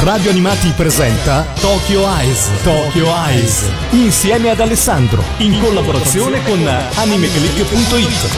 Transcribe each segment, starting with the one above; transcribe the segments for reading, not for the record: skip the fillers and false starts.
Radio Animati presenta Tokyo Eyes. Tokyo Eyes. Insieme ad Alessandro. In collaborazione con animeclick.it.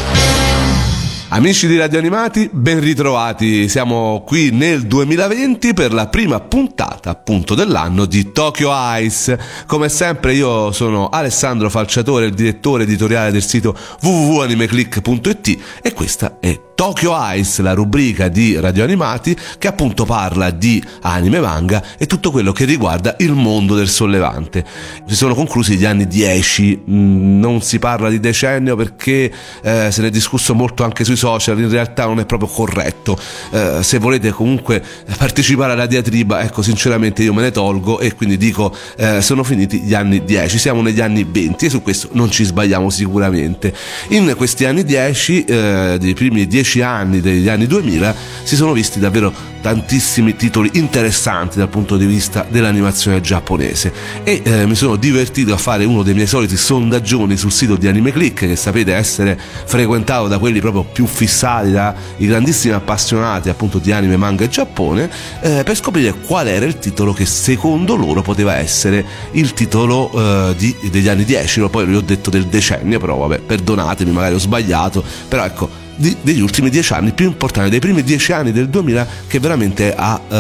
Amici di Radio Animati, ben ritrovati. Siamo qui nel 2020 per la prima puntata appunto dell'anno di Tokyo Eyes. Come sempre io sono Alessandro Falciatore, il direttore editoriale del sito www.animeclick.it e questa è Tokyo Eyes, la rubrica di Radio Animati che appunto parla di anime, manga e tutto quello che riguarda il mondo del sollevante. Si sono conclusi gli anni 10, non si parla di decennio perché se ne è discusso molto anche sui social, in realtà non è proprio corretto. Se volete comunque partecipare alla diatriba, ecco, sinceramente io me ne tolgo e quindi dico sono finiti gli anni 10, siamo negli anni 20 e su questo non ci sbagliamo sicuramente. In questi anni 10, dei primi 10 anni degli anni 2000, si sono visti davvero tantissimi titoli interessanti dal punto di vista dell'animazione giapponese e mi sono divertito a fare uno dei miei soliti sondaggioni sul sito di AnimeClick, che sapete essere frequentato da quelli proprio più fissati, da i grandissimi appassionati appunto di anime, manga e Giappone, per scoprire qual era il titolo che secondo loro poteva essere il titolo degli anni 10. Poi vi ho detto del decennio, però vabbè, perdonatemi, magari ho sbagliato, però ecco, degli ultimi 10 anni più importanti, dei primi 10 anni del 2000, che veramente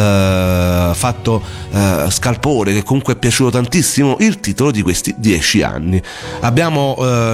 ha fatto scalpore, che comunque è piaciuto tantissimo il titolo di questi 10 anni. Abbiamo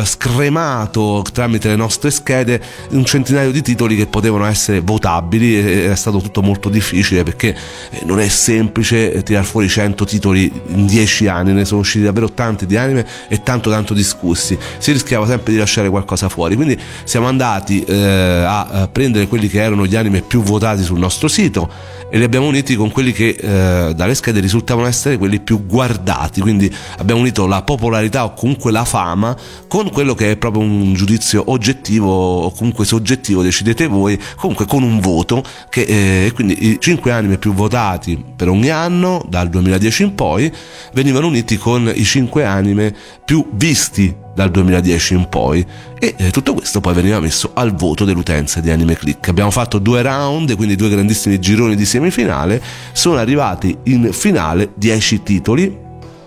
scremato tramite le nostre schede un centinaio di titoli che potevano essere votabili e è stato tutto molto difficile perché non è semplice tirar fuori 100 titoli in 10 anni, ne sono usciti davvero tanti di anime e tanto discussi, si rischiava sempre di lasciare qualcosa fuori, quindi siamo andati a prendere quelli che erano gli anime più votati sul nostro sito e li abbiamo uniti con quelli che dalle schede risultavano essere quelli più guardati, quindi abbiamo unito la popolarità o comunque la fama con quello che è proprio un giudizio oggettivo o comunque soggettivo, decidete voi, comunque con un voto che quindi i 5 anime più votati per ogni anno dal 2010 in poi venivano uniti con i 5 anime più visti dal 2010 in poi e tutto questo poi veniva messo al voto dell'utenza di AnimeClick. Abbiamo fatto 2 round, quindi 2 grandissimi gironi di semifinale, sono arrivati in finale 10 titoli,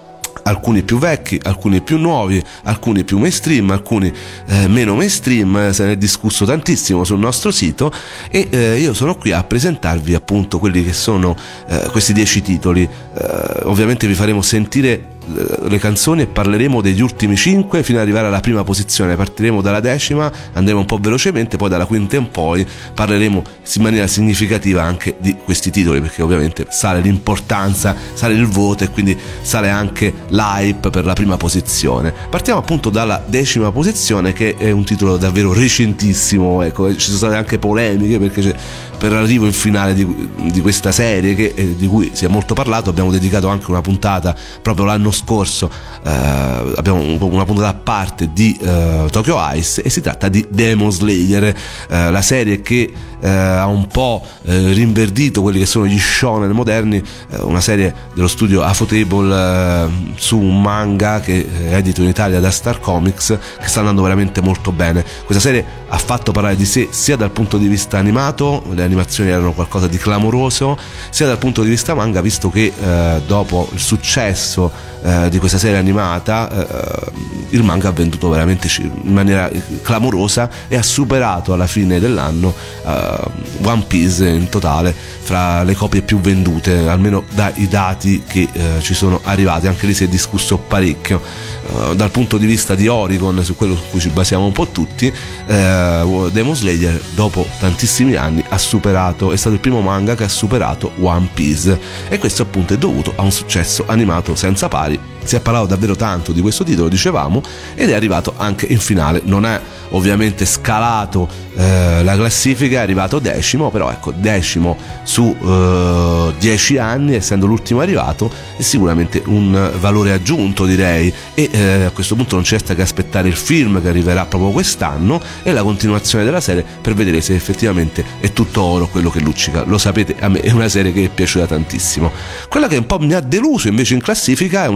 alcuni più vecchi, alcuni più nuovi, alcuni più mainstream, alcuni meno mainstream, se ne è discusso tantissimo sul nostro sito e io sono qui a presentarvi appunto quelli che sono questi 10 titoli. Ovviamente vi faremo sentire le canzoni e parleremo degli ultimi 5 fino ad arrivare alla prima posizione. Partiremo dalla 10ª, andremo un po' velocemente, poi dalla 5ª in poi parleremo in maniera significativa anche di questi titoli, perché ovviamente sale l'importanza, sale il voto e quindi sale anche l'hype per la prima posizione. Partiamo appunto dalla 10ª posizione, che è un titolo davvero recentissimo, ecco, ci sono state anche polemiche perché per l'arrivo in finale di questa serie di cui si è molto parlato. Abbiamo dedicato anche una puntata proprio l'anno scorso, abbiamo una puntata a parte di Tokyo Eyes e si tratta di Demon Slayer, la serie che ha un po' rinverdito quelli che sono gli shonen moderni, una serie dello studio Afotable su un manga che è edito in Italia da Star Comics, che sta andando veramente molto bene. Questa serie ha fatto parlare di sé sia dal punto di vista animato, le animazioni erano qualcosa di clamoroso, sia dal punto di vista manga, visto che dopo il successo di questa serie animata il manga ha venduto veramente in maniera clamorosa e ha superato alla fine dell'anno One Piece in totale fra le copie più vendute, almeno dai dati che ci sono arrivati. Anche lì si è discusso parecchio dal punto di vista di Oricon, su quello su cui ci basiamo un po' tutti. Demon Slayer dopo tantissimi anni è stato il primo manga che ha superato One Piece e questo appunto è dovuto a un successo animato senza pari. Si è parlato davvero tanto di questo titolo, dicevamo, ed è arrivato anche in finale. Non è ovviamente scalato la classifica, è arrivato 10º, però ecco, 10º su 10 anni, essendo l'ultimo arrivato, è sicuramente un valore aggiunto, direi. E a questo punto non ci resta che aspettare il film che arriverà proprio quest'anno e la continuazione della serie per vedere se effettivamente è tutto oro quello che luccica. Lo sapete, a me è una serie che è piaciuta tantissimo. Quella che un po' mi ha deluso invece in classifica è un'altra serie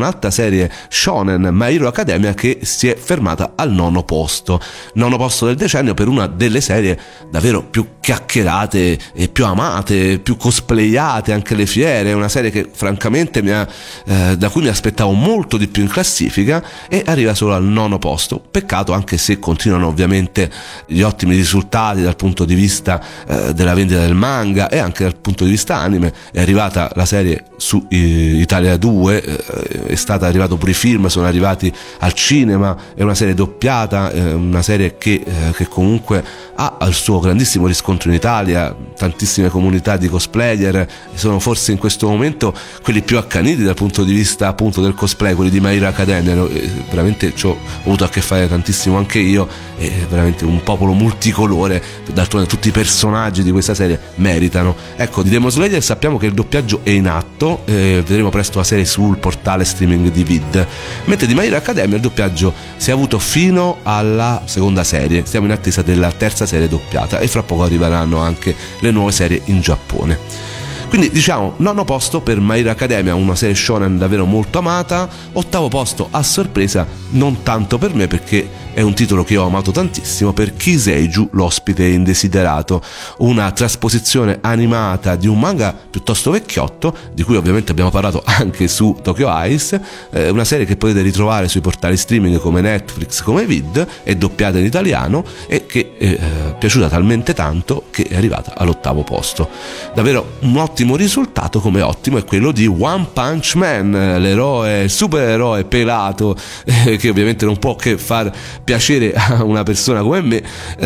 serie shonen My Hero Academia, che si è fermata al 9° posto del decennio, per una delle serie davvero più chiacchierate e più amate, più cosplayate anche alle fiere. È una serie che francamente da cui mi aspettavo molto di più in classifica, e arriva solo al 9° posto. Peccato, anche se continuano ovviamente gli ottimi risultati dal punto di vista della vendita del manga e anche dal punto di vista anime. È arrivata la serie su Italia 2, è stata arrivato pure i film, sono arrivati al cinema, è una serie doppiata, una serie che comunque ha il suo grandissimo riscontro in Italia, tantissime comunità di cosplayer, sono forse in questo momento quelli più accaniti dal punto di vista appunto del cosplay, quelli di My Hero Academia. Veramente ci ho avuto a che fare tantissimo anche io, è veramente un popolo multicolore, d'altronde tutti i personaggi di questa serie meritano. Ecco, di Demon Slayer sappiamo che il doppiaggio è in atto, vedremo presto la serie sul portale streaming di Vid, mentre di My Hero Academia il doppiaggio si è avuto fino alla seconda serie, stiamo in attesa della terza serie doppiata e fra poco arriveranno anche le nuove serie in Giappone. Quindi diciamo 9° posto per My Hero Academia, una serie shonen davvero molto amata. 8° posto a sorpresa, non tanto per me, perché è un titolo che ho amato tantissimo, per Kiseiju, l'ospite indesiderato, una trasposizione animata di un manga piuttosto vecchiotto, di cui ovviamente abbiamo parlato anche su Tokyo Ice, una serie che potete ritrovare sui portali streaming come Netflix, come Vid, è doppiata in italiano e che è piaciuta talmente tanto che è arrivata all'8° posto. Davvero un ottimo risultato, come ottimo è quello di One Punch Man, l'eroe, supereroe pelato, che ovviamente non può che far piacere a una persona come me,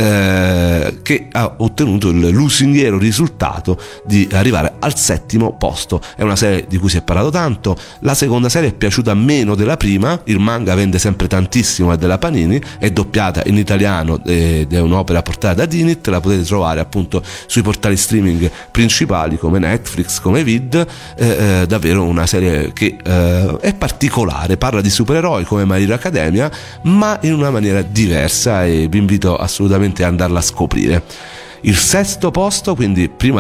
che ha ottenuto il lusinghiero risultato di arrivare al 7° posto. È una serie di cui si è parlato tanto, la seconda serie è piaciuta meno della prima, il manga vende sempre tantissimo, è della Panini, è doppiata in italiano ed è un'opera portata da Dinit, la potete trovare appunto sui portali streaming principali come Netflix, come Vid. Davvero una serie che è particolare, parla di supereroi come My Hero Academia, ma in una maniera diversa, e vi invito assolutamente ad andarla a scoprire. Il 6° posto, quindi prima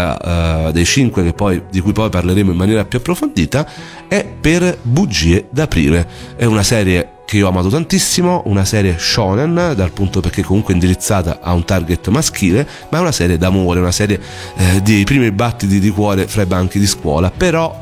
dei 5 di cui poi parleremo in maniera più approfondita, è per Bugie d'aprile. È una serie che io ho amato tantissimo, una serie shonen perché comunque è indirizzata a un target maschile, ma è una serie d'amore, una serie di primi battiti di cuore fra i banchi di scuola, però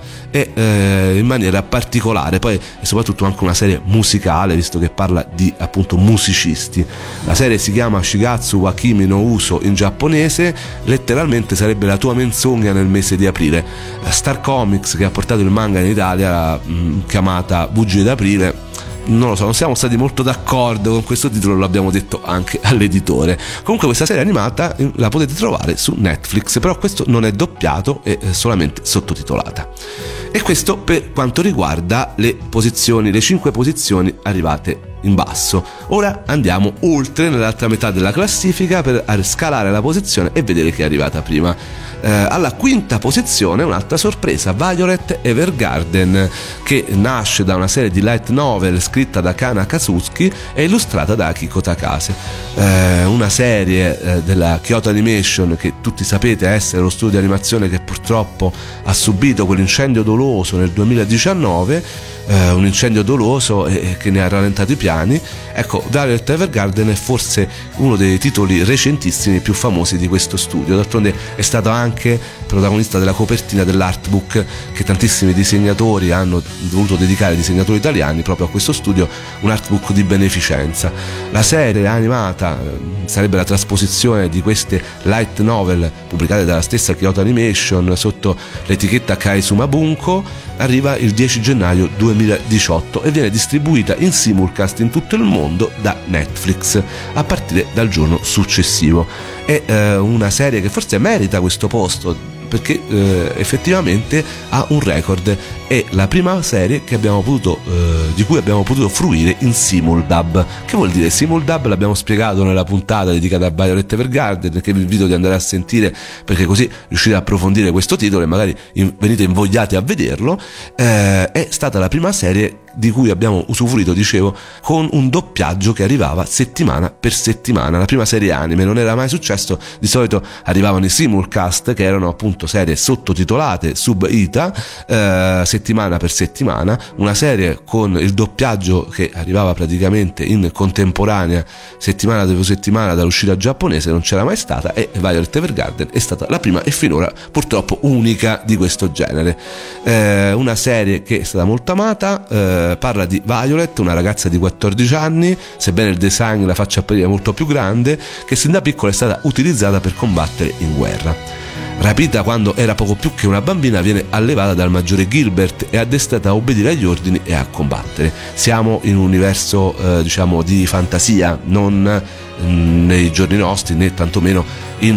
è in maniera particolare. Poi è soprattutto anche una serie musicale, visto che parla di appunto musicisti. La serie si chiama Shigatsu wa Kimi no Uso in giapponese, letteralmente sarebbe la tua menzogna nel mese di aprile. Star Comics, che ha portato il manga in Italia, chiamata Bugie d'aprile, non lo so, non siamo stati molto d'accordo con questo titolo, lo abbiamo detto anche all'editore. Comunque questa serie animata la potete trovare su Netflix, però questo non è doppiato, è solamente sottotitolata. E questo per quanto riguarda le 5 posizioni arrivate in basso. Ora andiamo oltre nell'altra metà della classifica per scalare la posizione e vedere chi è arrivata prima. Alla 5ª posizione un'altra sorpresa, Violet Evergarden, che nasce da una serie di light novel scritta da Kana Kazuki e illustrata da Akiko Takase. Una serie della Kyoto Animation, che tutti sapete essere lo studio di animazione che purtroppo ha subito quell'incendio doloso nel 2019, un incendio doloso che ne ha rallentato i piani. Ecco, Violet Evergarden è forse uno dei titoli recentissimi più famosi di questo studio, d'altronde è stato anche protagonista della copertina dell'artbook che tantissimi disegnatori hanno voluto dedicare, disegnatori italiani, proprio a questo studio, un artbook di beneficenza. La serie animata sarebbe la trasposizione di queste light novel pubblicate dalla stessa Kyoto Animation sotto l'etichetta Kaizuma Bunko, arriva il 10 gennaio 2018 e viene distribuita in simulcast in tutto il mondo da Netflix a partire dal giorno successivo. È una serie che forse merita questo posto, perché effettivamente ha un record. È la prima serie che di cui abbiamo potuto fruire in simuldub. Che vuol dire simuldub? L'abbiamo spiegato nella puntata dedicata a Violet Evergarden, che vi invito ad andare a sentire, perché così riuscite a approfondire questo titolo e magari venite invogliati a vederlo. È stata la prima serie di cui abbiamo usufruito, dicevo, con un doppiaggio che arrivava settimana per settimana. La prima serie anime non era mai successo, di solito arrivavano i simulcast, che erano appunto serie sottotitolate sub ita, settimana per settimana, una serie con il doppiaggio che arrivava praticamente in contemporanea settimana dopo settimana dall'uscita giapponese, non c'era mai stata, e Violet Evergarden è stata la prima e finora purtroppo unica di questo genere. Una serie che è stata molto amata, parla di Violet, una ragazza di 14 anni, sebbene il design la faccia apparire molto più grande, che sin da piccola è stata utilizzata per combattere in guerra. Rapita quando era poco più che una bambina, viene allevata dal maggiore Gilbert e addestrata a obbedire agli ordini e a combattere. Siamo in un universo diciamo di fantasia, non nei giorni nostri, né tantomeno in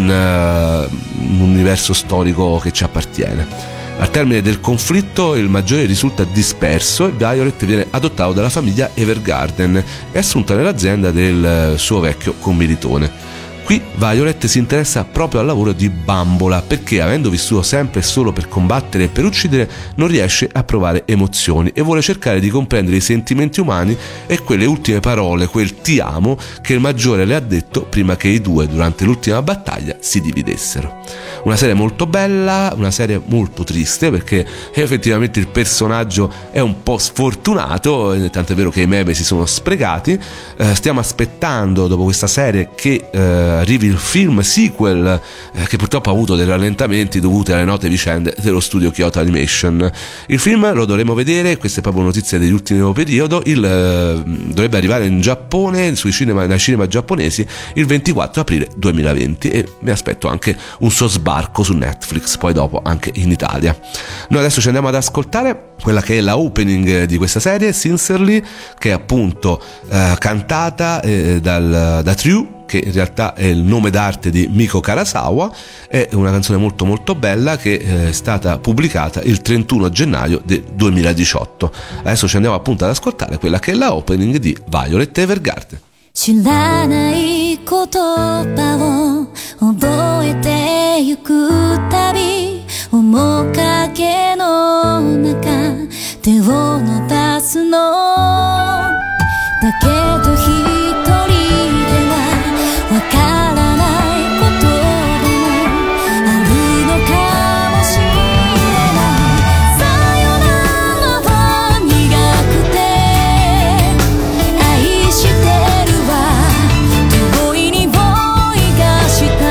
un universo storico che ci appartiene. Al termine del conflitto il maggiore risulta disperso e Violet viene adottato dalla famiglia Evergarden e assunta nell'azienda del suo vecchio commilitone. Qui Violet si interessa proprio al lavoro di bambola, perché avendo vissuto sempre solo per combattere e per uccidere non riesce a provare emozioni e vuole cercare di comprendere i sentimenti umani e quelle ultime parole, quel ti amo, che il maggiore le ha detto prima che i due durante l'ultima battaglia si dividessero. Una serie molto bella, una serie molto triste, perché effettivamente il personaggio è un po' sfortunato, tanto è vero che i meme si sono sprecati. Stiamo aspettando dopo questa serie che arrivi il film sequel, che purtroppo ha avuto dei rallentamenti dovuti alle note vicende dello studio Kyoto Animation. Il film lo dovremo vedere, questa è proprio notizia degli ultimi periodo, dovrebbe arrivare in Giappone, nei cinema giapponesi il 24 aprile 2020, e mi aspetto anche un suo sbarco su Netflix poi dopo anche in Italia. Noi adesso ci andiamo ad ascoltare quella che è la opening di questa serie, Sincerely, che è appunto cantata da True, che in realtà è il nome d'arte di Miko Karasawa. È una canzone molto molto bella che è stata pubblicata il 31 gennaio del 2018. Adesso ci andiamo appunto ad ascoltare quella che è la opening di Violet Evergarden. 知らない言葉を覚えてゆくたび面影の中手を伸ばすのだけど一人ではわからないこともあるのかもしれないさよならは苦くて愛してるわ遠い匂いがした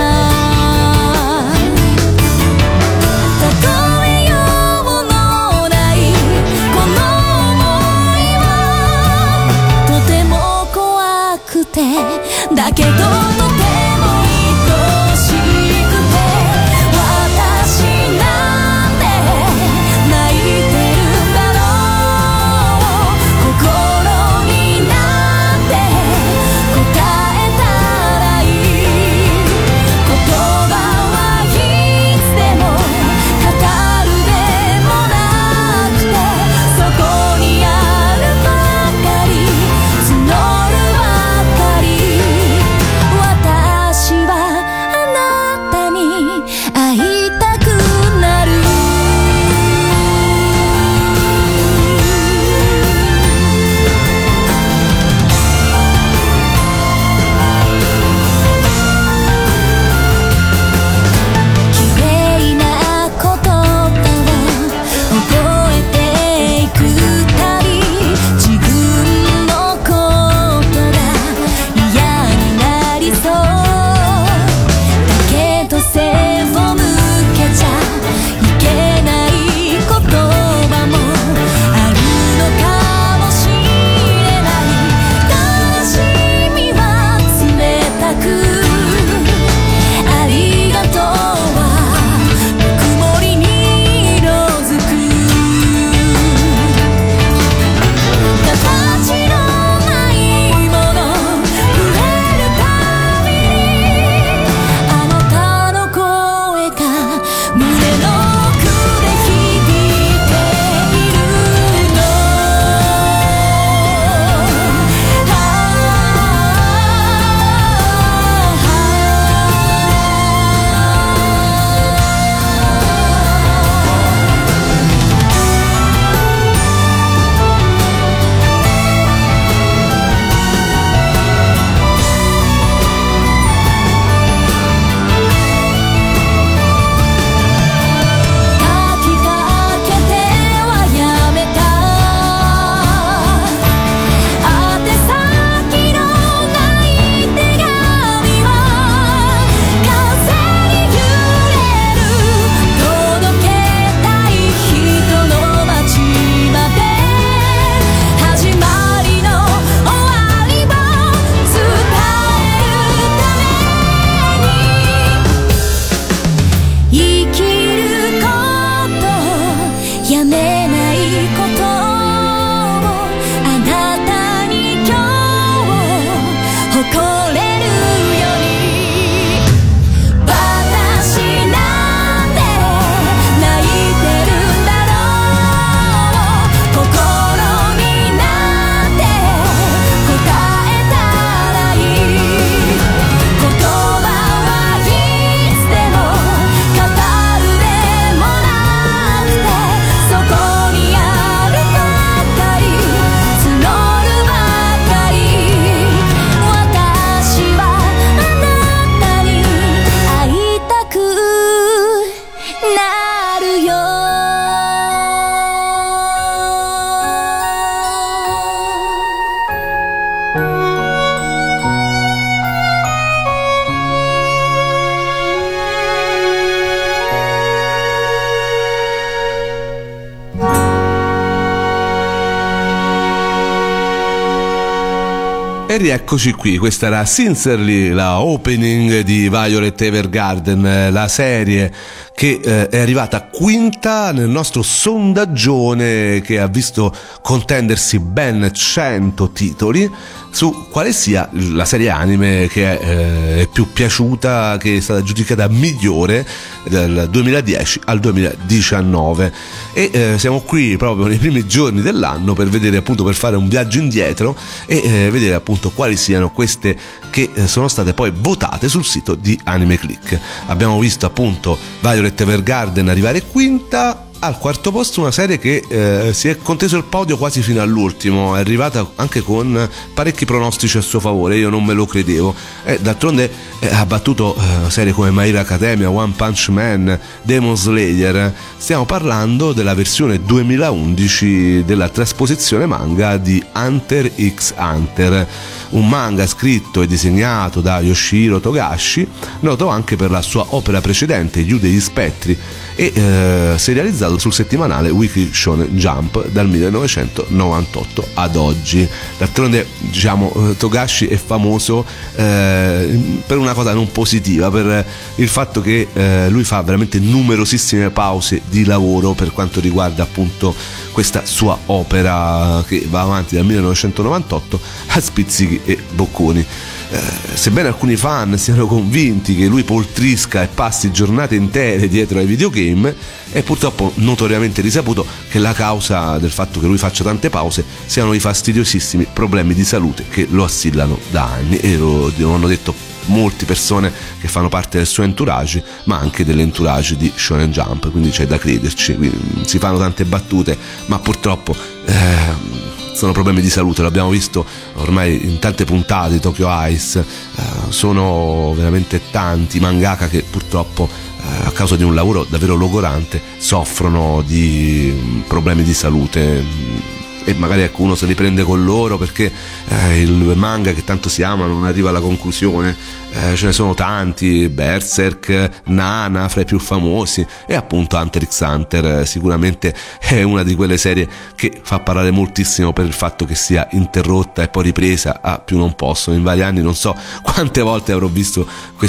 例えようのないこの想いはとても怖くてだけどとても愛しくて私なんて泣いてるんだろう心になんて答えたらいい言葉はいつでも語るでもなくてそこにあるばかり募るばかりやめないことをあなたに今日誇れるように私なんて泣いてるんだろう心になんて答えたらいい言葉はいつでも語るでもなくてそこにあるばかり募るばかり私はあなたに会いたくなるよ E rieccoci qui, questa era Sincerely, la opening di Violet Evergarden, la serie che è arrivata quinta nel nostro sondaggione che ha visto contendersi ben 100 titoli su quale sia la serie anime che è più piaciuta, che è stata giudicata migliore dal 2010 al 2019 e siamo qui proprio nei primi giorni dell'anno per vedere appunto, per fare un viaggio indietro e vedere appunto quali siano queste che sono state poi votate sul sito di Anime Click. Abbiamo visto appunto Violet Evergarden arrivare quinta. Al quarto posto una serie che si è conteso il podio quasi fino all'ultimo, è arrivata anche con parecchi pronostici a suo favore, io non me lo credevo, d'altronde ha battuto serie come My Hero Academia, One Punch Man, Demon Slayer. Stiamo parlando della versione 2011 della trasposizione manga di Hunter x Hunter, un manga scritto e disegnato da Yoshihiro Togashi, noto anche per la sua opera precedente Yu degli Spettri, e serializzato sul settimanale Weekly Shonen Jump dal 1998 ad oggi. D'altronde diciamo Togashi è famoso per una cosa non positiva, per il fatto che lui fa veramente numerosissime pause di lavoro per quanto riguarda appunto questa sua opera che va avanti dal 1998 a spizzichi e bocconi. Sebbene alcuni fan siano convinti che lui poltrisca e passi giornate intere dietro ai videogame, è purtroppo notoriamente risaputo che la causa del fatto che lui faccia tante pause siano i fastidiosissimi problemi di salute che lo assillano da anni, e lo hanno detto molte persone che fanno parte del suo entourage, ma anche dell'entourage di Shonen Jump, quindi c'è da crederci. Quindi si fanno tante battute, ma purtroppo sono problemi di salute, l'abbiamo visto ormai in tante puntate di Tokyo Ice. Sono veramente tanti mangaka che purtroppo a causa di un lavoro davvero logorante soffrono di problemi di salute, e magari ecco uno se li prende con loro perché il manga che tanto si ama non arriva alla conclusione. Ce ne sono tanti, Berserk, Nana fra i più famosi, e appunto Hunter x Hunter sicuramente è una di quelle serie che fa parlare moltissimo per il fatto che sia interrotta e poi ripresa a più non posso. In vari anni non so quante volte avrò visto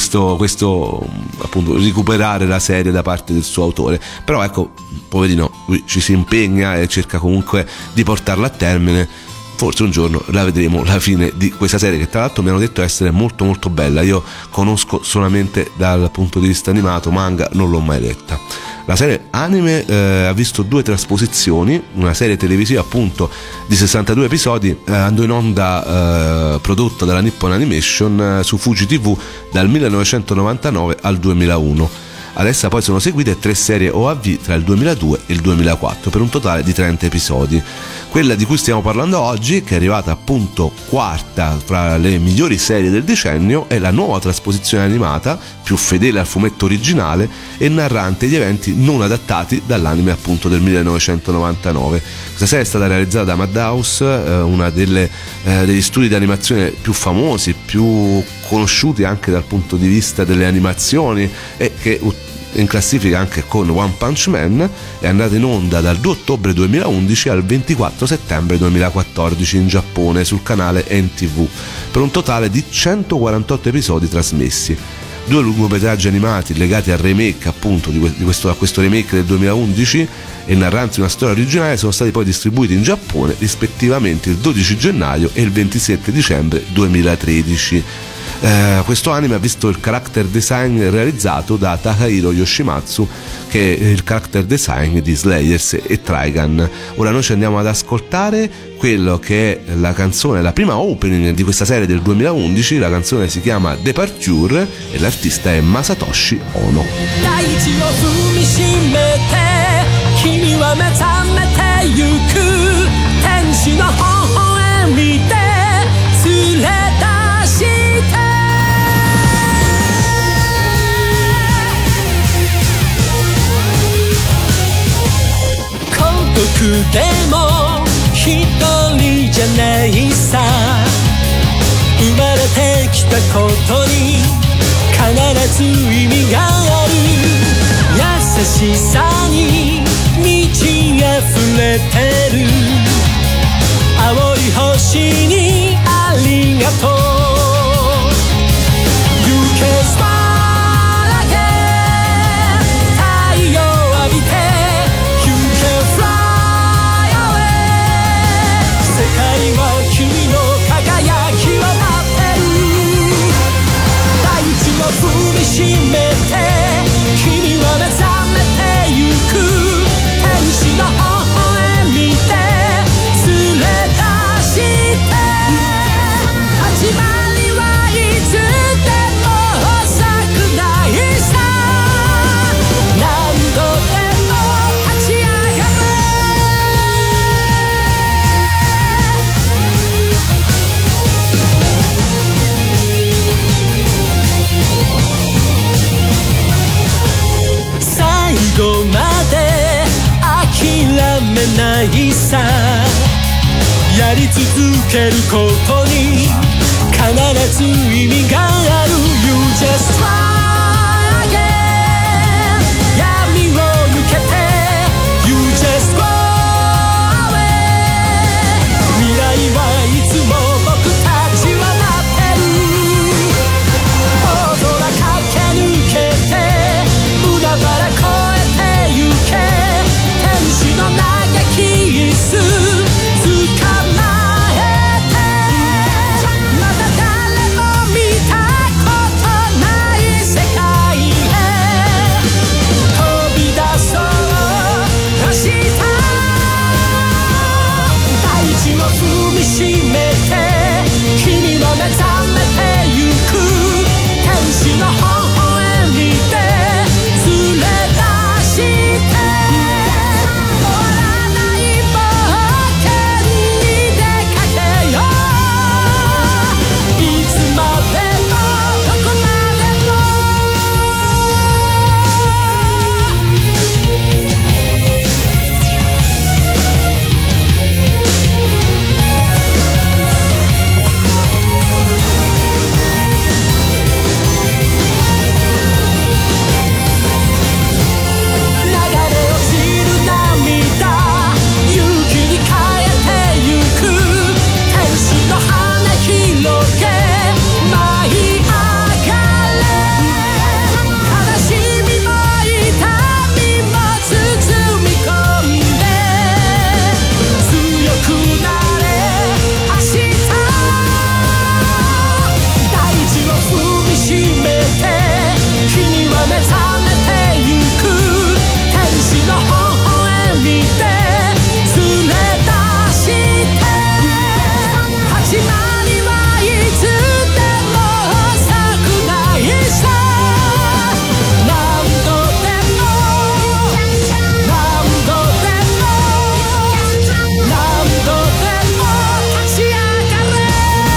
questo appunto recuperare la serie da parte del suo autore, però ecco, poverino, lui ci si impegna e cerca comunque di portarla a termine. Forse un giorno la vedremo la fine di questa serie, che tra l'altro mi hanno detto essere molto molto bella. Io conosco solamente dal punto di vista animato, manga non l'ho mai letta. La serie anime ha visto 2 trasposizioni, una serie televisiva appunto di 62 episodi, andò in onda prodotta dalla Nippon Animation su Fuji TV dal 1999 al 2001. Ad essa poi sono seguite 3 serie OAV tra il 2002 e il 2004 per un totale di 30 episodi. Quella di cui stiamo parlando oggi, che è arrivata appunto quarta fra le migliori serie del decennio, è la nuova trasposizione animata più fedele al fumetto originale e narrante gli eventi non adattati dall'anime appunto del 1999. Questa serie è stata realizzata da Madhouse, una degli studi di animazione più famosi, più conosciuti anche dal punto di vista delle animazioni, e che in classifica anche con One Punch Man. È andata in onda dal 2 ottobre 2011 al 24 settembre 2014 in Giappone sul canale NTV, per un totale di 148 episodi trasmessi. 2 lungometraggi animati legati al remake appunto a questo remake del 2011 e narranti una storia originale sono stati poi distribuiti in Giappone rispettivamente il 12 gennaio e il 27 dicembre 2013. Questo anime ha visto il character design realizzato da Takahiro Yoshimatsu, che è il character design di Slayers e Trigun. Ora noi ci andiamo ad ascoltare quello che è la canzone, la prima opening di questa serie del 2011. La canzone si chiama Departure e l'artista è Masatoshi Ono. 僕でも一人じゃないさ生まれてきたことに必ず意味がある優しさに満ち溢れてる青い星にありがとう You can smile again 太陽浴びて世界は君の輝きを待ってる大地を踏みしめて君は目覚めてゆく天使の微笑みで連れ出して始まりはいつでも遅くないさ何度でも立ち上がる最後まで諦めないさやり続けることに必ず意味がある You just try again 闇を抜けて You just go away 未来はいつも僕たちは待ってる大空駆け抜けて海原越えてゆけ天使の嘆き椅子捕まえてまだ誰も見たことない世界へ飛び出そう明日大地を踏みしめて君は目覚めてゆく天使の微笑みで連れ出して終わらない冒険に出かけよういつまでもどこまでも流れ落ちる涙勇気に変えてゆく天使の羽広げ舞い上がれ悲しみも痛みも包み込んで強くなれ明日大地を踏みしめて君は目覚めてゆく天使の微笑みで連れ出して始まりはいつでも遅くないさ何度でも何度でも何度でも立ち上がれ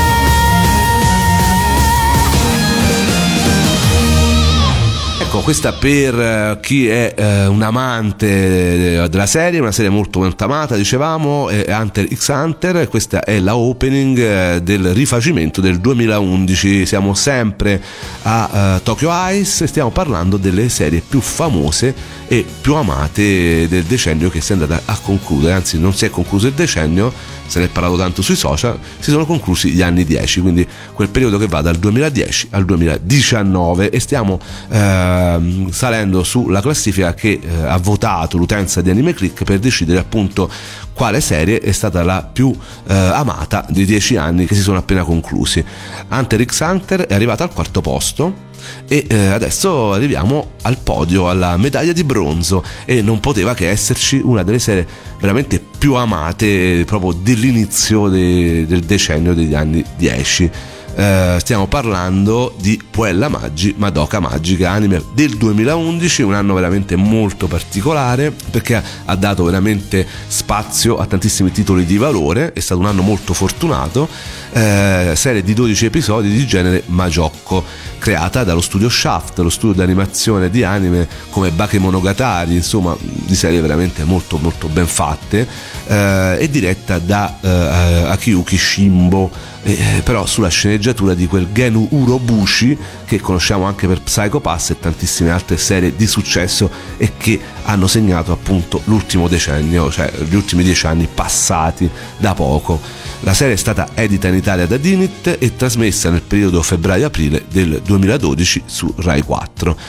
Ecco, questa per chi è un amante della serie, una serie molto amata, dicevamo, Hunter x Hunter. Questa è la opening del rifacimento del 2011. Siamo sempre a Tokyo Ice e stiamo parlando delle serie più famose e più amate del decennio che si è andata a concludere. Anzi, non si è concluso il decennio, se ne è parlato tanto sui social, si sono conclusi gli anni 10, quindi quel periodo che va dal 2010 al 2019, e stiamo salendo sulla classifica che ha votato l'utenza di Anime Click per decidere appunto quale serie è stata la più amata dei 10 anni che si sono appena conclusi. Hunter x Hunter è arrivata al 4º posto e adesso arriviamo al podio, alla medaglia di bronzo, e non poteva che esserci una delle serie veramente più amate proprio dell'inizio del decennio degli anni 10. Stiamo parlando di Puella Magi Madoka Magica, anime del 2011, un anno veramente molto particolare perché ha dato veramente spazio a tantissimi titoli di valore, è stato un anno molto fortunato. Serie di 12 episodi di genere Majocco, creata dallo studio Shaft, lo studio di animazione di anime come Bakemonogatari, insomma di serie veramente molto molto ben fatte, e diretta da Akiyuki Shimbo, però sulla sceneggiatura di quel Genu Urobushi che conosciamo anche per Psycho Pass e tantissime altre serie di successo e che hanno segnato appunto l'ultimo decennio, cioè gli ultimi 10 anni passati da poco. La serie è stata edita in Italia da Dinit e trasmessa nel periodo febbraio-aprile del 2012 su Rai 4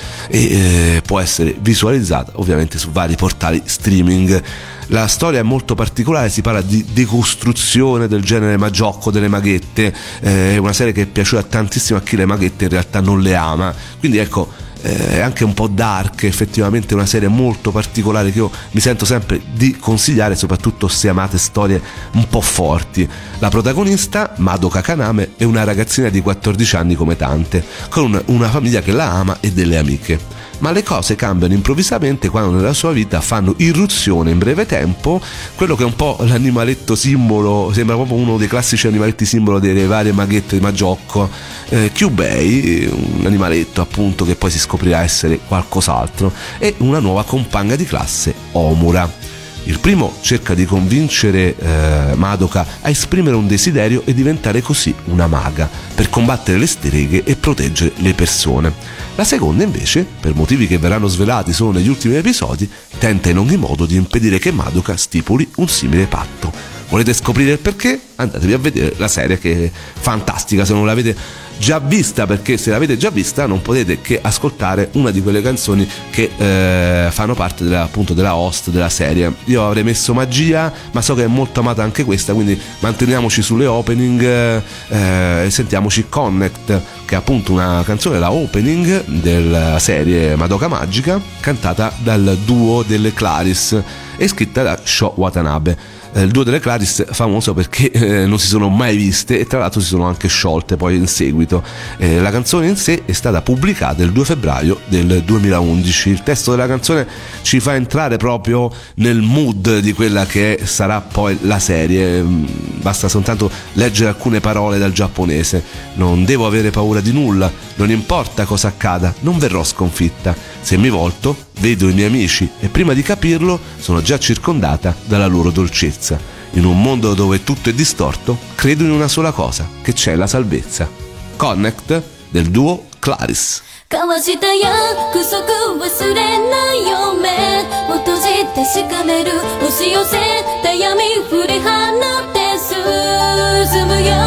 e può essere visualizzata ovviamente su vari portali streaming. La storia è molto particolare, si parla di decostruzione del genere Majocco, delle maghette, è una serie che è piaciuta tantissimo a chi le maghette in realtà non le ama, quindi ecco, è anche un po' dark, effettivamente è una serie molto particolare che io mi sento sempre di consigliare, soprattutto se amate storie un po' forti. La protagonista, Madoka Kaname, è una ragazzina di 14 anni come tante, con una famiglia che la ama e delle amiche. Ma le cose cambiano improvvisamente quando nella sua vita fanno irruzione in breve tempo quello che è un po' l'animaletto simbolo, sembra proprio uno dei classici animaletti simbolo delle varie maghette di Majocco, Kyubei, un animaletto appunto che poi si scoprirà essere qualcos'altro, e una nuova compagna di classe, Omura. Il primo cerca di convincere Madoka a esprimere un desiderio e diventare così una maga per combattere le streghe e proteggere le persone. La seconda invece, per motivi che verranno svelati solo negli ultimi episodi, tenta in ogni modo di impedire che Madoka stipuli un simile patto. Volete scoprire il perché? Andatevi a vedere la serie, che è fantastica se non l'avete già vista, perché se l'avete già vista non potete che ascoltare una di quelle canzoni che fanno parte appunto della host della serie. Io avrei messo Magia, ma so che è molto amata anche questa, quindi manteniamoci sulle opening e sentiamoci Connect, che è appunto una canzone, la opening della serie Madoka Magica, cantata dal duo delle Claris e scritta da Sho Watanabe. Il duo delle Claris famoso perché non si sono mai viste e tra l'altro si sono anche sciolte poi in seguito. La canzone in sé è stata pubblicata il 2 febbraio del 2011. Il testo della canzone ci fa entrare proprio nel mood di quella che sarà poi la serie. Basta soltanto leggere alcune parole dal giapponese. Non devo avere paura di nulla, non importa cosa accada, non verrò sconfitta. Se mi volto, vedo i miei amici e prima di capirlo sono già circondata dalla loro dolcezza. In un mondo dove tutto è distorto, credo in una sola cosa, che c'è la salvezza. Connect del duo Claris. 交わした約束忘れないよ目を閉じて確かめる押し寄せた闇振り放って進むよ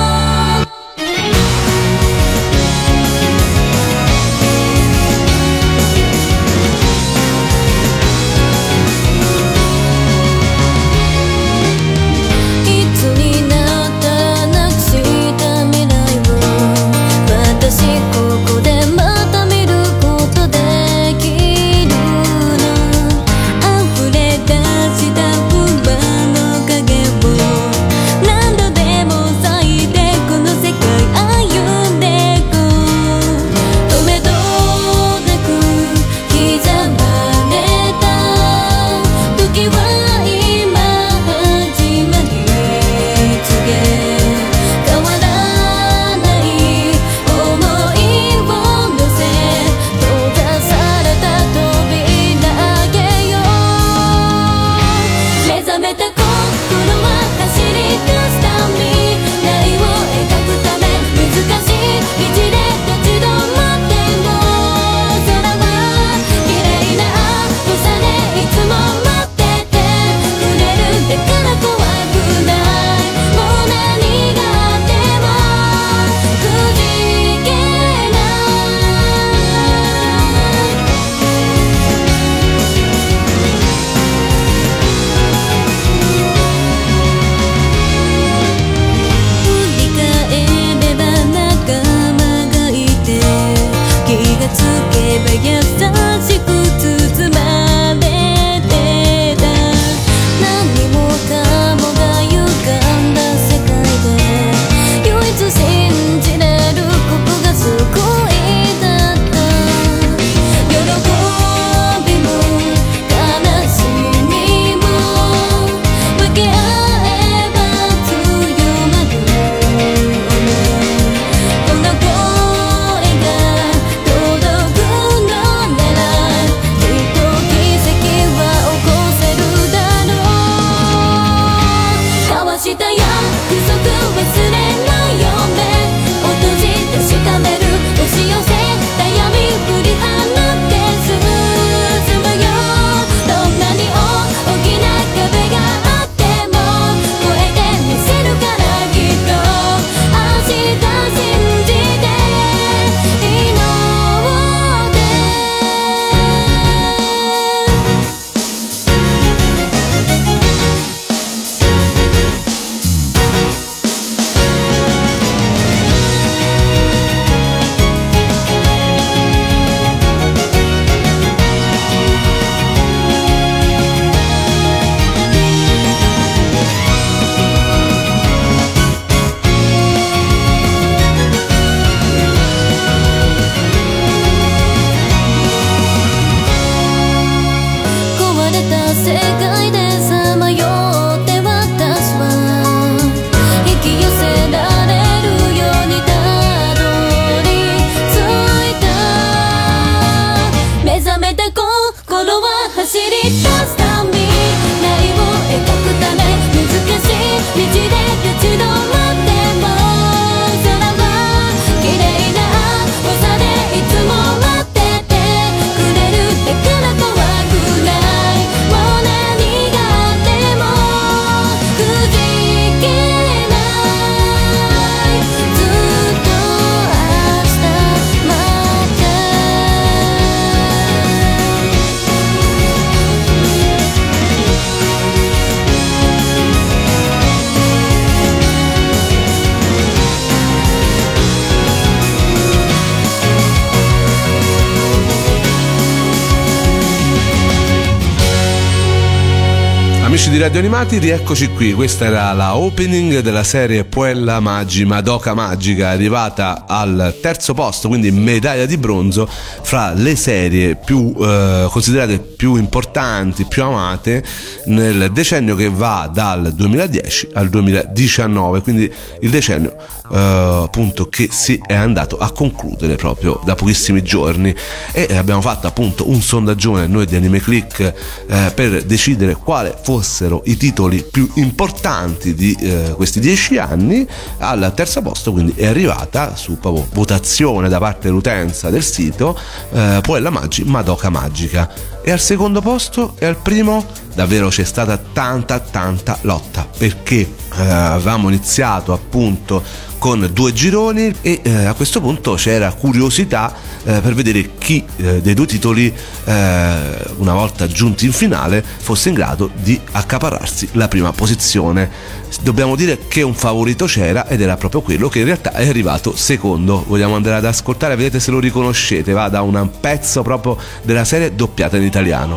Amici di Radio Animati, rieccoci qui. Questa era la opening della serie Puella Magi Madoka Magica, arrivata al terzo posto, quindi medaglia di bronzo fra le serie più considerate più importanti, più amate nel decennio che va dal 2010 al 2019, quindi il decennio appunto che si è andato a concludere proprio da pochissimi giorni, e abbiamo fatto appunto un sondaggione noi di Anime Click per decidere quale fossero i titoli più importanti di questi 10 anni. Al terzo posto quindi è arrivata, su proprio votazione da parte dell'utenza del sito, Puella Magi Madoka Magica, e al secondo posto e al primo davvero c'è stata tanta lotta, perché avevamo iniziato appunto con 2 gironi e a questo punto c'era curiosità per vedere chi dei 2 titoli, una volta giunti in finale, fosse in grado di accaparrarsi la prima posizione. Dobbiamo dire che un favorito c'era, ed era proprio quello che in realtà è arrivato secondo. Vogliamo andare ad ascoltare, vedete se lo riconoscete, va da un pezzo proprio della serie doppiata in italiano.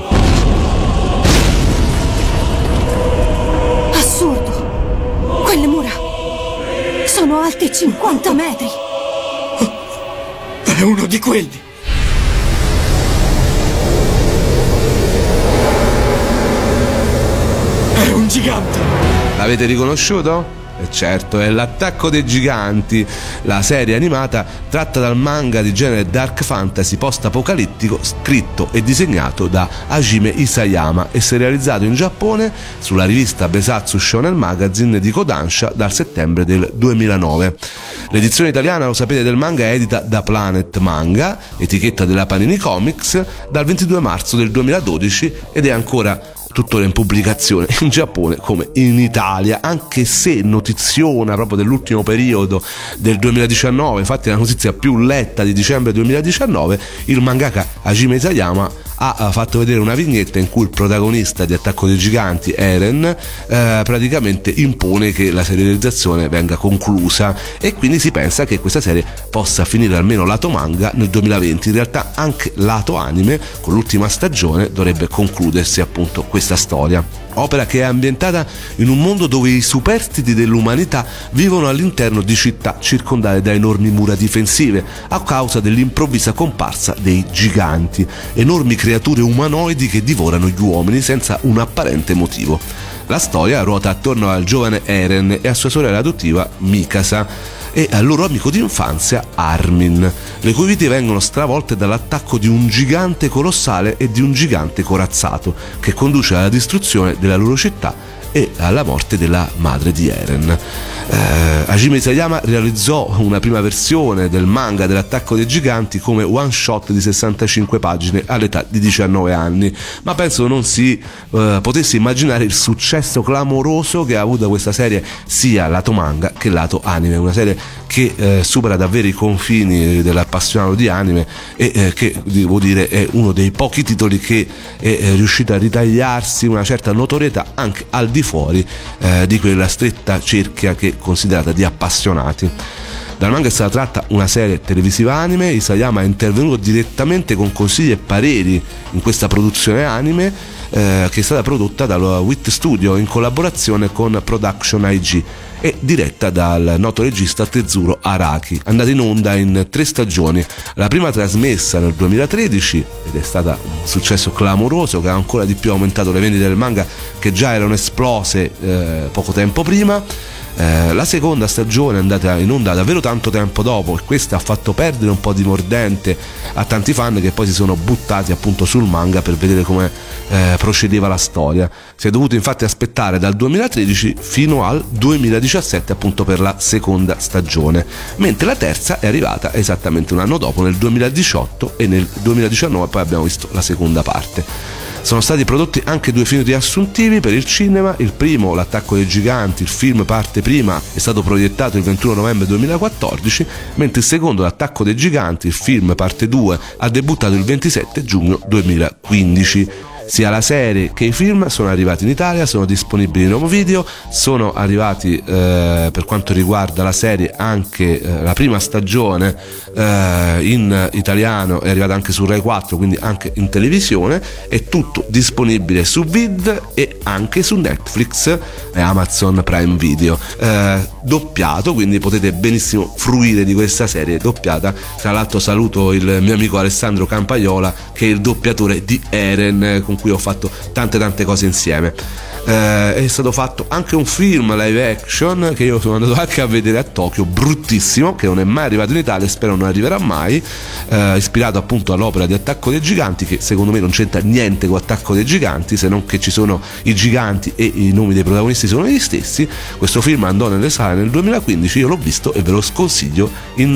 Assurdo! Quelle mura sono alte 50 metri! È uno di quelli! È un gigante! L'avete riconosciuto? Certo, è L'attacco dei giganti, la serie animata tratta dal manga di genere dark fantasy post-apocalittico scritto e disegnato da Hajime Isayama e serializzato in Giappone sulla rivista Besatsu Shonen Magazine di Kodansha dal settembre del 2009. L'edizione italiana, lo sapete, del manga è edita da Planet Manga, etichetta della Panini Comics, dal 22 marzo del 2012 ed è ancora tuttora in pubblicazione in Giappone come in Italia, anche se notiziona proprio dell'ultimo periodo del 2019, infatti la notizia più letta di dicembre 2019, il mangaka Hajime Isayama ha fatto vedere una vignetta in cui il protagonista di Attacco dei Giganti, Eren, praticamente impone che la serializzazione venga conclusa, e quindi si pensa che questa serie possa finire almeno lato manga nel 2020. In realtà anche lato anime, con l'ultima stagione, dovrebbe concludersi appunto questa storia. Opera che è ambientata in un mondo dove i superstiti dell'umanità vivono all'interno di città circondate da enormi mura difensive a causa dell'improvvisa comparsa dei giganti, enormi creature umanoidi che divorano gli uomini senza un apparente motivo. La storia ruota attorno al giovane Eren e a sua sorella adottiva Mikasa e al loro amico d'infanzia Armin, le cui vite vengono stravolte dall'attacco di un gigante colossale e di un gigante corazzato che conduce alla distruzione della loro città e alla morte della madre di Eren. Hajime Isayama realizzò una prima versione del manga dell'Attacco dei Giganti come one shot di 65 pagine all'età di 19 anni, ma penso non si potesse immaginare il successo clamoroso che ha avuto questa serie sia lato manga che lato anime, una serie che supera davvero i confini dell'appassionato di anime e che, devo dire, è uno dei pochi titoli che è riuscito a ritagliarsi una certa notorietà anche al di fuori di quella stretta cerchia che è considerata di appassionati. Dal manga è stata tratta una serie televisiva anime. Isayama è intervenuto direttamente con consigli e pareri in questa produzione anime che è stata prodotta dallo WIT Studio in collaborazione con Production IG e diretta dal noto regista Tezuro Araki, andata in onda in 3 stagioni. La prima trasmessa nel 2013 ed è stata un successo clamoroso che ha ancora di più aumentato le vendite del manga, che già erano esplose poco tempo prima. La seconda stagione è andata in onda davvero tanto tempo dopo, e questa ha fatto perdere un po' di mordente a tanti fan che poi si sono buttati appunto sul manga per vedere come procedeva la storia. Si è dovuto infatti aspettare dal 2013 fino al 2017 appunto per la seconda stagione, mentre la terza è arrivata esattamente un anno dopo, nel 2018, e nel 2019 poi abbiamo visto la seconda parte. Sono stati prodotti anche 2 film riassuntivi per il cinema. Il primo, L'attacco dei giganti, il film parte prima, è stato proiettato il 21 novembre 2014, mentre il secondo, L'attacco dei giganti, il film parte 2, ha debuttato il 27 giugno 2015. sia la serie che i film sono arrivati in Italia, sono disponibili in home video, sono arrivati per quanto riguarda la serie anche la prima stagione in italiano, è arrivata anche su Rai 4, quindi anche in televisione, è tutto disponibile su Vid e anche su Netflix e Amazon Prime Video, doppiato, quindi potete benissimo fruire di questa serie doppiata. Tra l'altro saluto il mio amico Alessandro Campaiola, che è il doppiatore di Eren, con cui ho fatto tante cose insieme. È stato fatto anche un film live action che io sono andato anche a vedere a Tokyo, bruttissimo, che non è mai arrivato in Italia e spero non arriverà mai, ispirato appunto all'opera di Attacco dei Giganti, che secondo me non c'entra niente con Attacco dei Giganti, se non che ci sono i giganti e i nomi dei protagonisti sono gli stessi. Questo film andò nelle sale nel 2015, io l'ho visto e ve lo sconsiglio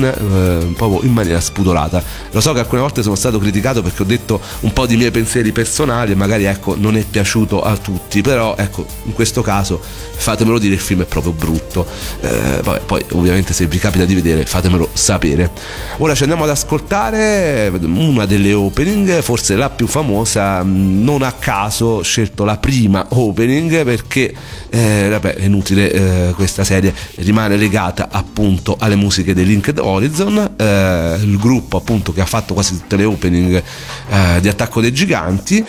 proprio in maniera spudorata. Lo so che alcune volte sono stato criticato perché ho detto un po' di miei pensieri personali e magari ecco non è piaciuto a tutti, però ecco, in questo caso fatemelo dire, il film è proprio brutto. Vabbè, poi ovviamente se vi capita di vedere fatemelo sapere. Ora ci andiamo ad ascoltare una delle opening, forse la più famosa. Non a caso ho scelto la prima opening perché vabbè, è inutile, questa serie rimane legata appunto alle musiche dei Linked Horizon, il gruppo appunto che ha fatto quasi tutte le opening di Attacco dei Giganti,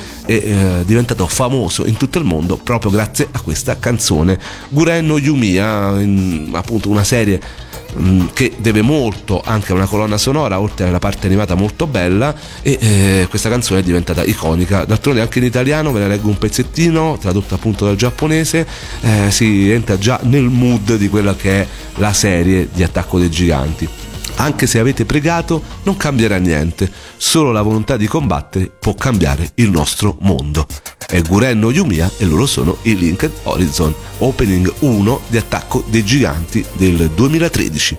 è diventato famoso in tutto il mondo proprio grazie a questa canzone, Guren no Yumiya, appunto una serie che deve molto anche a una colonna sonora, oltre alla parte animata molto bella, e questa canzone è diventata iconica. D'altronde anche in italiano, ve ne leggo un pezzettino tradotto appunto dal giapponese, si entra già nel mood di quella che è la serie di Attacco dei Giganti. Anche se avete pregato non cambierà niente, solo la volontà di combattere può cambiare il nostro mondo. È Guren no Yumiya e loro sono i Linked Horizon, opening 1 di Attacco dei Giganti del 2013.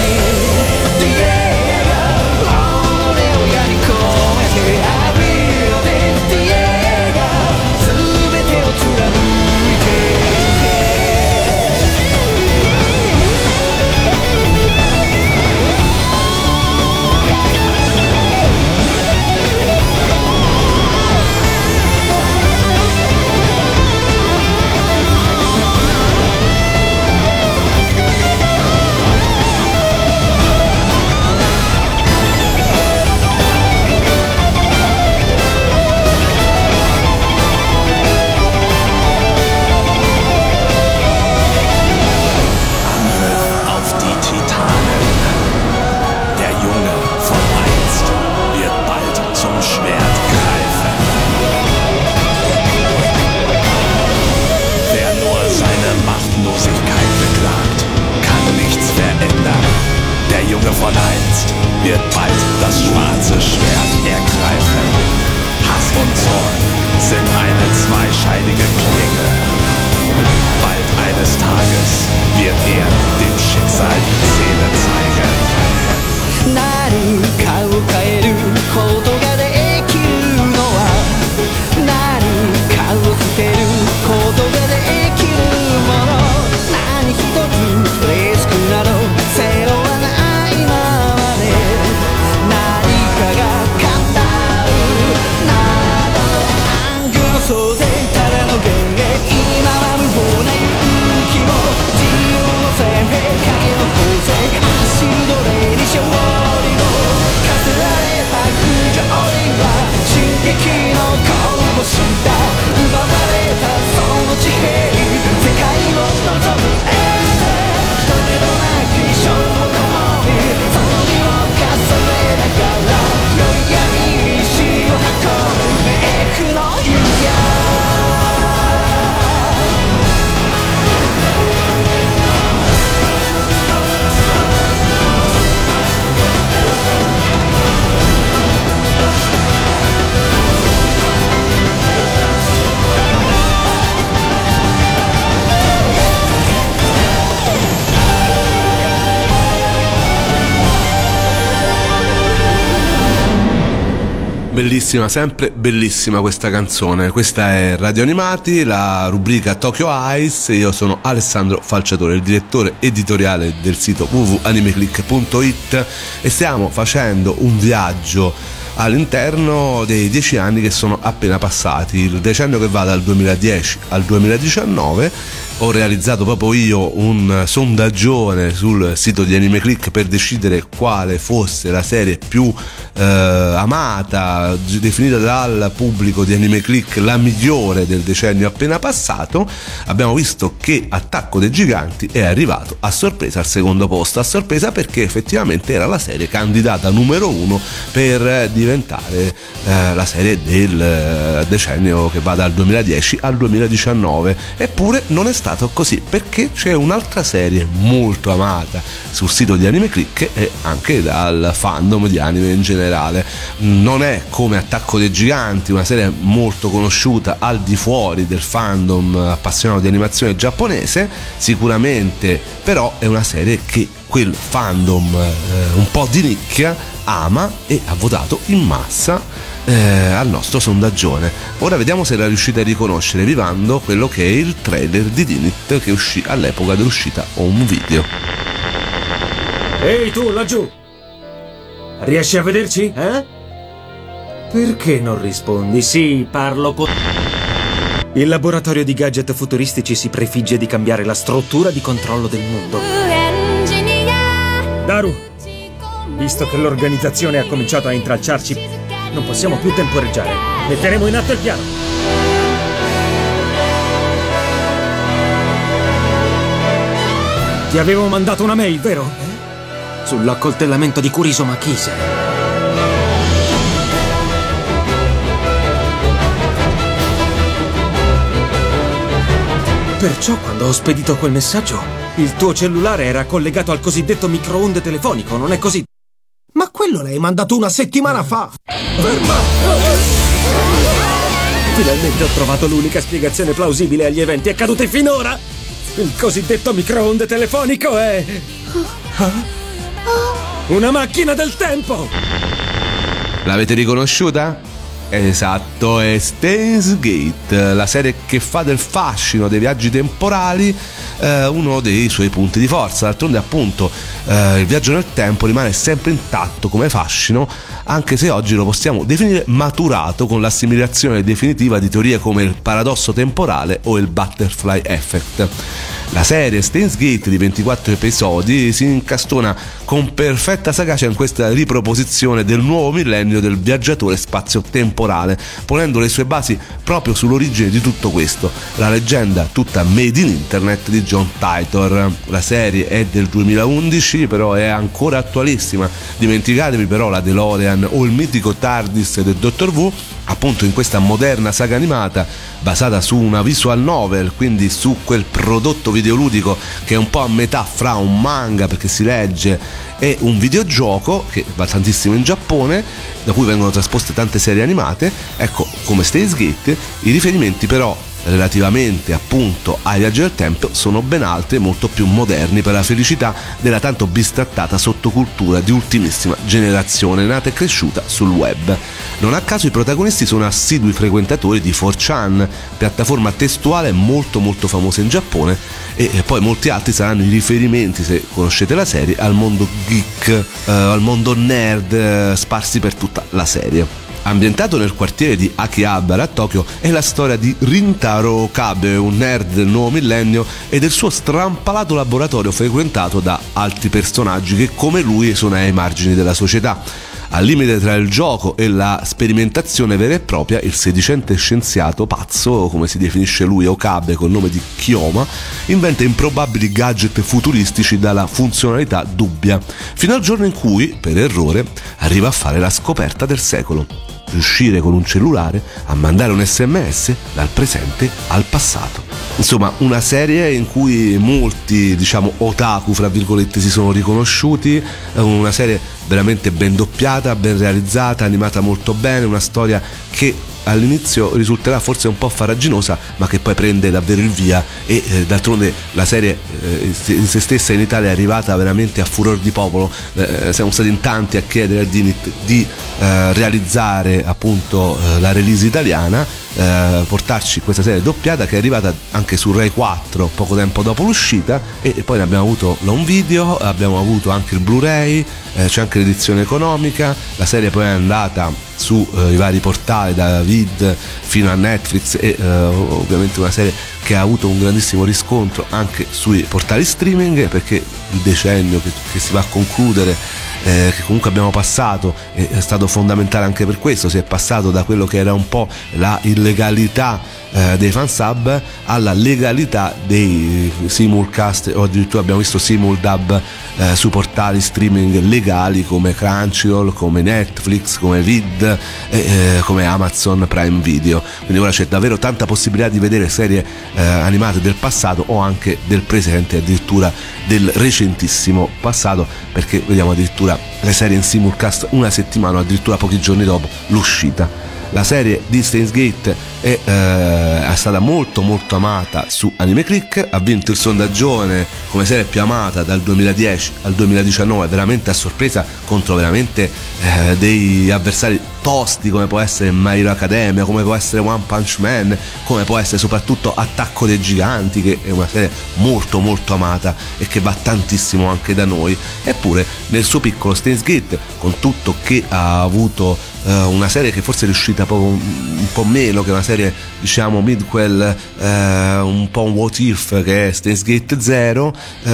「 seine Machtlosigkeit beklagt, kann nichts verändern. Der Junge von einst wird bald das schwarze Schwert ergreifen. Hass und Zorn sind eine zweischneidige Klinge. Bald eines Tages wird er dem Schicksal die Zähne zeigen. 何かを変えることができるのは何かを捨てることができるもの何一つリスクなど背負わないままで何かが勝ったなど暗黒の創世ただの幻影今は無謀な勇気も自由の生命影の構成走る奴隷に勝利の課せられた苦情には進撃の鼓舞した奪われたその地平世界を望むどれどなき勝負のみその身を重ねながら良い闇に死を運ぶメイクの指輪 Bellissima, sempre bellissima questa canzone. Questa è Radio Animati, la rubrica Tokyo Eyes. Io sono Alessandro Falciatore, il direttore editoriale del sito www.animeclick.it e stiamo facendo un viaggio all'interno dei 10 anni che sono appena passati, il decennio che va dal 2010 al 2019. Ho realizzato proprio io un sondaggione sul sito di Animeclick per decidere quale fosse la serie più amata, definita dal pubblico di Animeclick la migliore del decennio appena passato. Abbiamo visto che Attacco dei Giganti è arrivato a sorpresa al secondo posto, a sorpresa perché effettivamente era la serie candidata numero 1 per diventare la serie del decennio che va dal 2010 al 2019. Eppure non è stato così, perché c'è un'altra serie molto amata sul sito di Animeclick e anche dal fandom di anime in generale. Non è come Attacco dei Giganti, una serie molto conosciuta al di fuori del fandom appassionato di animazione giapponese, sicuramente, però è una serie che quel fandom un po' di nicchia ama e ha votato in massa al nostro sondaggione. Ora vediamo se la riuscite a riconoscere vivando quello che è il trailer di Dinit che uscì all'epoca dell'uscita home video. Ehi tu laggiù! Riesci a vederci? Perché non rispondi? Sì, parlo con... Il laboratorio di gadget futuristici si prefigge di cambiare la struttura di controllo del mondo. Daru, visto che l'organizzazione ha cominciato a intralciarci, non possiamo più temporeggiare. Metteremo in atto il piano. Ti avevo mandato una mail, vero? Sull'accoltellamento di Kuriso Makise. Perciò quando ho spedito quel messaggio, il tuo cellulare era collegato al cosiddetto microonde telefonico, non è così? Ma quello l'hai mandato una settimana fa! Ferma! Finalmente ho trovato l'unica spiegazione plausibile agli eventi accaduti finora! Il cosiddetto microonde telefonico è... una macchina del tempo! L'avete riconosciuta? Esatto, è Steins Gate, la serie che fa del fascino dei viaggi temporali uno dei suoi punti di forza. D'altronde appunto il viaggio nel tempo rimane sempre intatto come fascino, anche se oggi lo possiamo definire maturato con l'assimilazione definitiva di teorie come il paradosso temporale o il butterfly effect. La serie Steins Gate di 24 episodi si incastona con perfetta sagacia in questa riproposizione del nuovo millennio del viaggiatore spazio-temporale, ponendo le sue basi proprio sull'origine di tutto questo, la leggenda tutta made in internet di John Titor. La serie è del 2011, però è ancora attualissima. Dimenticatevi però la DeLorean o il mitico TARDIS del Dottor Who, appunto in questa moderna saga animata basata su una visual novel, quindi su quel prodotto videoludico che è un po' a metà fra un manga, perché si legge, e un videogioco che va tantissimo in Giappone, da cui vengono trasposte tante serie animate. Ecco, come Steins Gate, i riferimenti però relativamente appunto ai viaggi del tempo sono ben altri e molto più moderni, per la felicità della tanto bistrattata sottocultura di ultimissima generazione nata e cresciuta sul web. Non a caso i protagonisti sono assidui frequentatori di 4chan, piattaforma testuale molto molto famosa in Giappone, e poi molti altri saranno i riferimenti, se conoscete la serie, al mondo geek, al mondo nerd sparsi per tutta la serie. Ambientato nel quartiere di Akihabara a Tokyo, è la storia di Rintaro Okabe, un nerd del nuovo millennio, e del suo strampalato laboratorio frequentato da altri personaggi che come lui sono ai margini della società. Al limite tra il gioco e la sperimentazione vera e propria, il sedicente scienziato pazzo, come si definisce lui, Okabe col nome di Kyoma, inventa improbabili gadget futuristici dalla funzionalità dubbia, fino al giorno in cui, per errore, arriva a fare la scoperta del secolo: riuscire con un cellulare a mandare un SMS dal presente al passato. Insomma, una serie in cui molti, diciamo, otaku, fra virgolette, si sono riconosciuti, una serie veramente ben doppiata, ben realizzata, animata molto bene, una storia che all'inizio risulterà forse un po' farraginosa, ma che poi prende davvero il via, e d'altronde la serie in se stessa in Italia è arrivata veramente a furor di popolo. Siamo stati in tanti a chiedere a Dinit di realizzare appunto la release italiana, portarci questa serie doppiata, che è arrivata anche su Rai 4 poco tempo dopo l'uscita, e poi ne abbiamo avuto l'home video, abbiamo avuto anche il Blu-ray, c'è anche l'edizione economica. La serie poi è andata su i vari portali, da Vid fino a Netflix, e ovviamente una serie che ha avuto un grandissimo riscontro anche sui portali streaming, perché il decennio che si va a concludere, che comunque abbiamo passato, è stato fondamentale anche per questo. Si è passato da quello che era un po' la illegalità dei fansub alla legalità dei simulcast, o addirittura abbiamo visto simuldub su portali streaming legali come Crunchyroll, come Netflix, come Vid, come Amazon Prime Video. Quindi ora c'è davvero tanta possibilità di vedere serie animate del passato, o anche del presente, addirittura del recentissimo passato, perché vediamo addirittura le serie in simulcast una settimana o addirittura pochi giorni dopo l'uscita. La serie di Steins Gate è stata molto molto amata su Anime Click, ha vinto il sondaggione come serie più amata dal 2010 al 2019, veramente a sorpresa, contro veramente dei avversari tosti come può essere My Hero Academia, come può essere One Punch Man, come può essere soprattutto Attacco dei Giganti, che è una serie molto molto amata e che va tantissimo anche da noi. Eppure nel suo piccolo Steins Gate, con tutto che ha avuto una serie che forse è riuscita un po' meno, che è una serie diciamo midquel, un po' un what if, che è Steins Gate 0,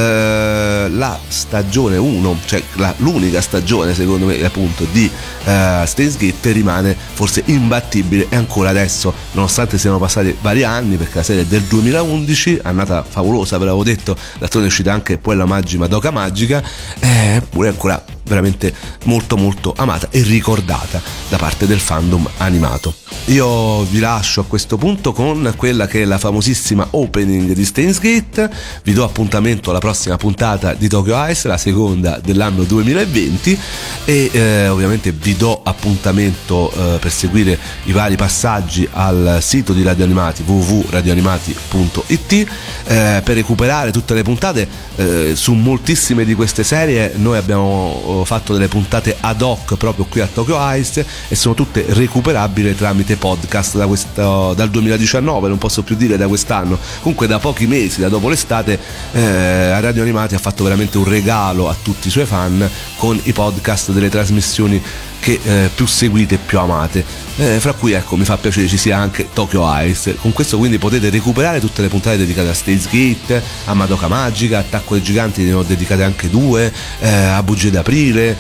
la stagione 1, cioè l'unica stagione secondo me appunto di Steins Gate rimane forse imbattibile, e ancora adesso, nonostante siano passati vari anni, perché la serie è del 2011, annata favolosa, ve l'avevo detto, d'altronde è uscita anche poi la Madoka Magica, eppure ancora veramente molto molto amata e ricordata da parte del fandom animato. Io vi lascio a questo punto con quella che è la famosissima opening di Steins Gate. Vi do appuntamento alla prossima puntata di Tokyo Ice, la seconda dell'anno 2020, e ovviamente vi do appuntamento per seguire i vari passaggi al sito di Radio Animati, www.radioanimati.it, per recuperare tutte le puntate. Su moltissime di queste serie noi abbiamo fatto delle puntate ad hoc proprio qui a Tokyo Ice, e sono tutte recuperabili tramite podcast dal 2019, non posso più dire da quest'anno, comunque da pochi mesi, da dopo l'estate. Radio Animati ha fatto veramente un regalo a tutti i suoi fan con i podcast delle trasmissioni che più seguite e più amate, fra cui ecco mi fa piacere ci sia anche Tokyo Ice. Con questo quindi potete recuperare tutte le puntate dedicate a Steins Gate, a Madoka Magica, Attacco dei Giganti, ne ho dedicate anche 2, a Bugie d'Aprile,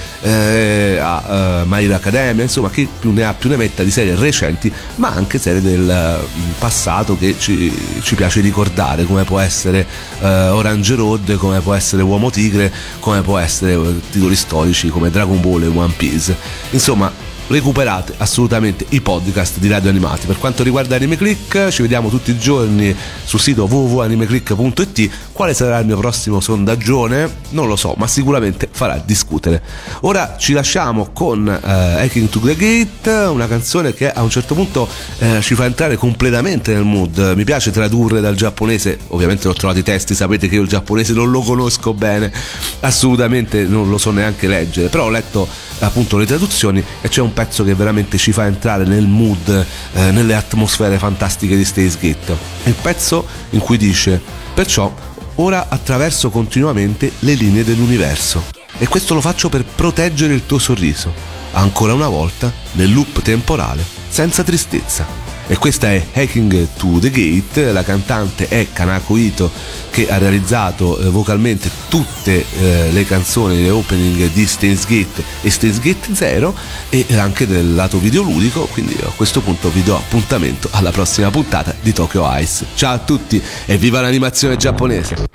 a My Hero Academia, insomma chi più ne ha più ne metta, di serie recenti ma anche serie del passato che ci piace ricordare, come può essere Orange Road, come può essere Uomo Tigre, come può essere titoli storici come Dragon Ball e One Piece. Insomma, recuperate assolutamente i podcast di Radio Animati. Per quanto riguarda Anime Click, ci vediamo tutti i giorni sul sito www.animeclick.it. Quale sarà il mio prossimo sondaggione? Non lo so, ma sicuramente farà discutere. Ora ci lasciamo con Hacking to the Gate, una canzone che a un certo punto ci fa entrare completamente nel mood. Mi piace tradurre dal giapponese, ovviamente ho trovato i testi, sapete che io il giapponese non lo conosco bene, assolutamente non lo so neanche leggere, però ho letto appunto le traduzioni e c'è un pezzo che veramente ci fa entrare nel mood, nelle atmosfere fantastiche di Steins Gate. Il pezzo in cui dice: perciò ora attraverso continuamente le linee dell'universo e questo lo faccio per proteggere il tuo sorriso, ancora una volta nel loop temporale senza tristezza. E questa è Hacking to the Gate, la cantante è Kanako Ito, che ha realizzato vocalmente tutte le canzoni, le opening di Steins Gate e Steins Gate 0 e anche del lato videoludico, quindi a questo punto vi do appuntamento alla prossima puntata di Tokyo Ice. Ciao a tutti e viva l'animazione giapponese!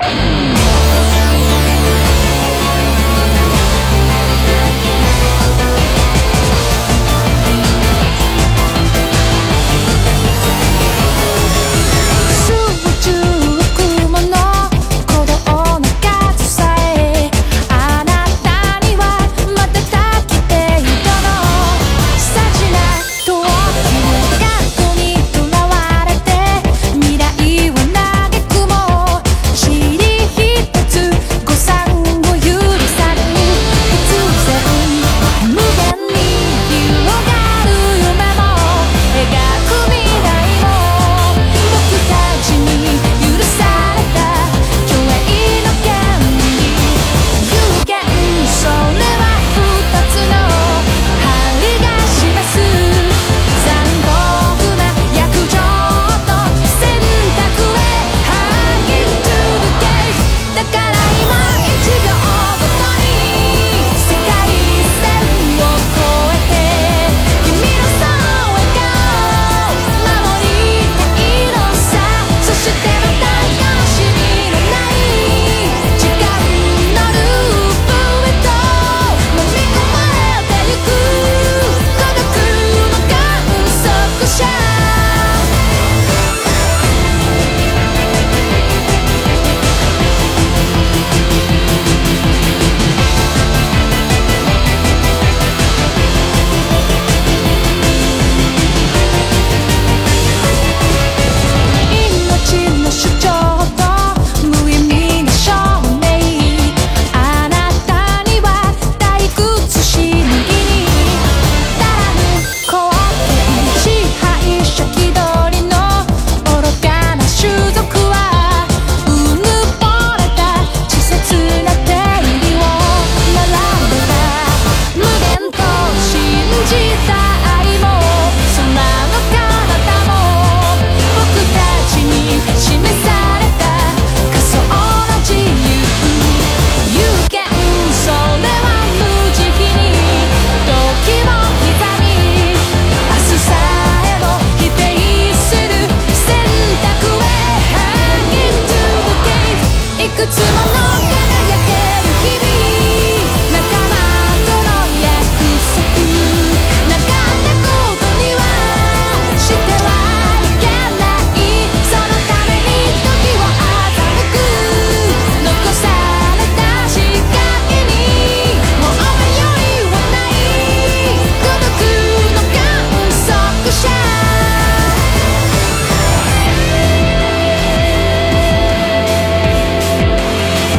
「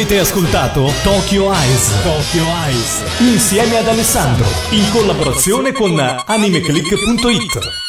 Avete ascoltato Tokyo Eyes. Tokyo Eyes insieme ad Alessandro in collaborazione con animeclick.it.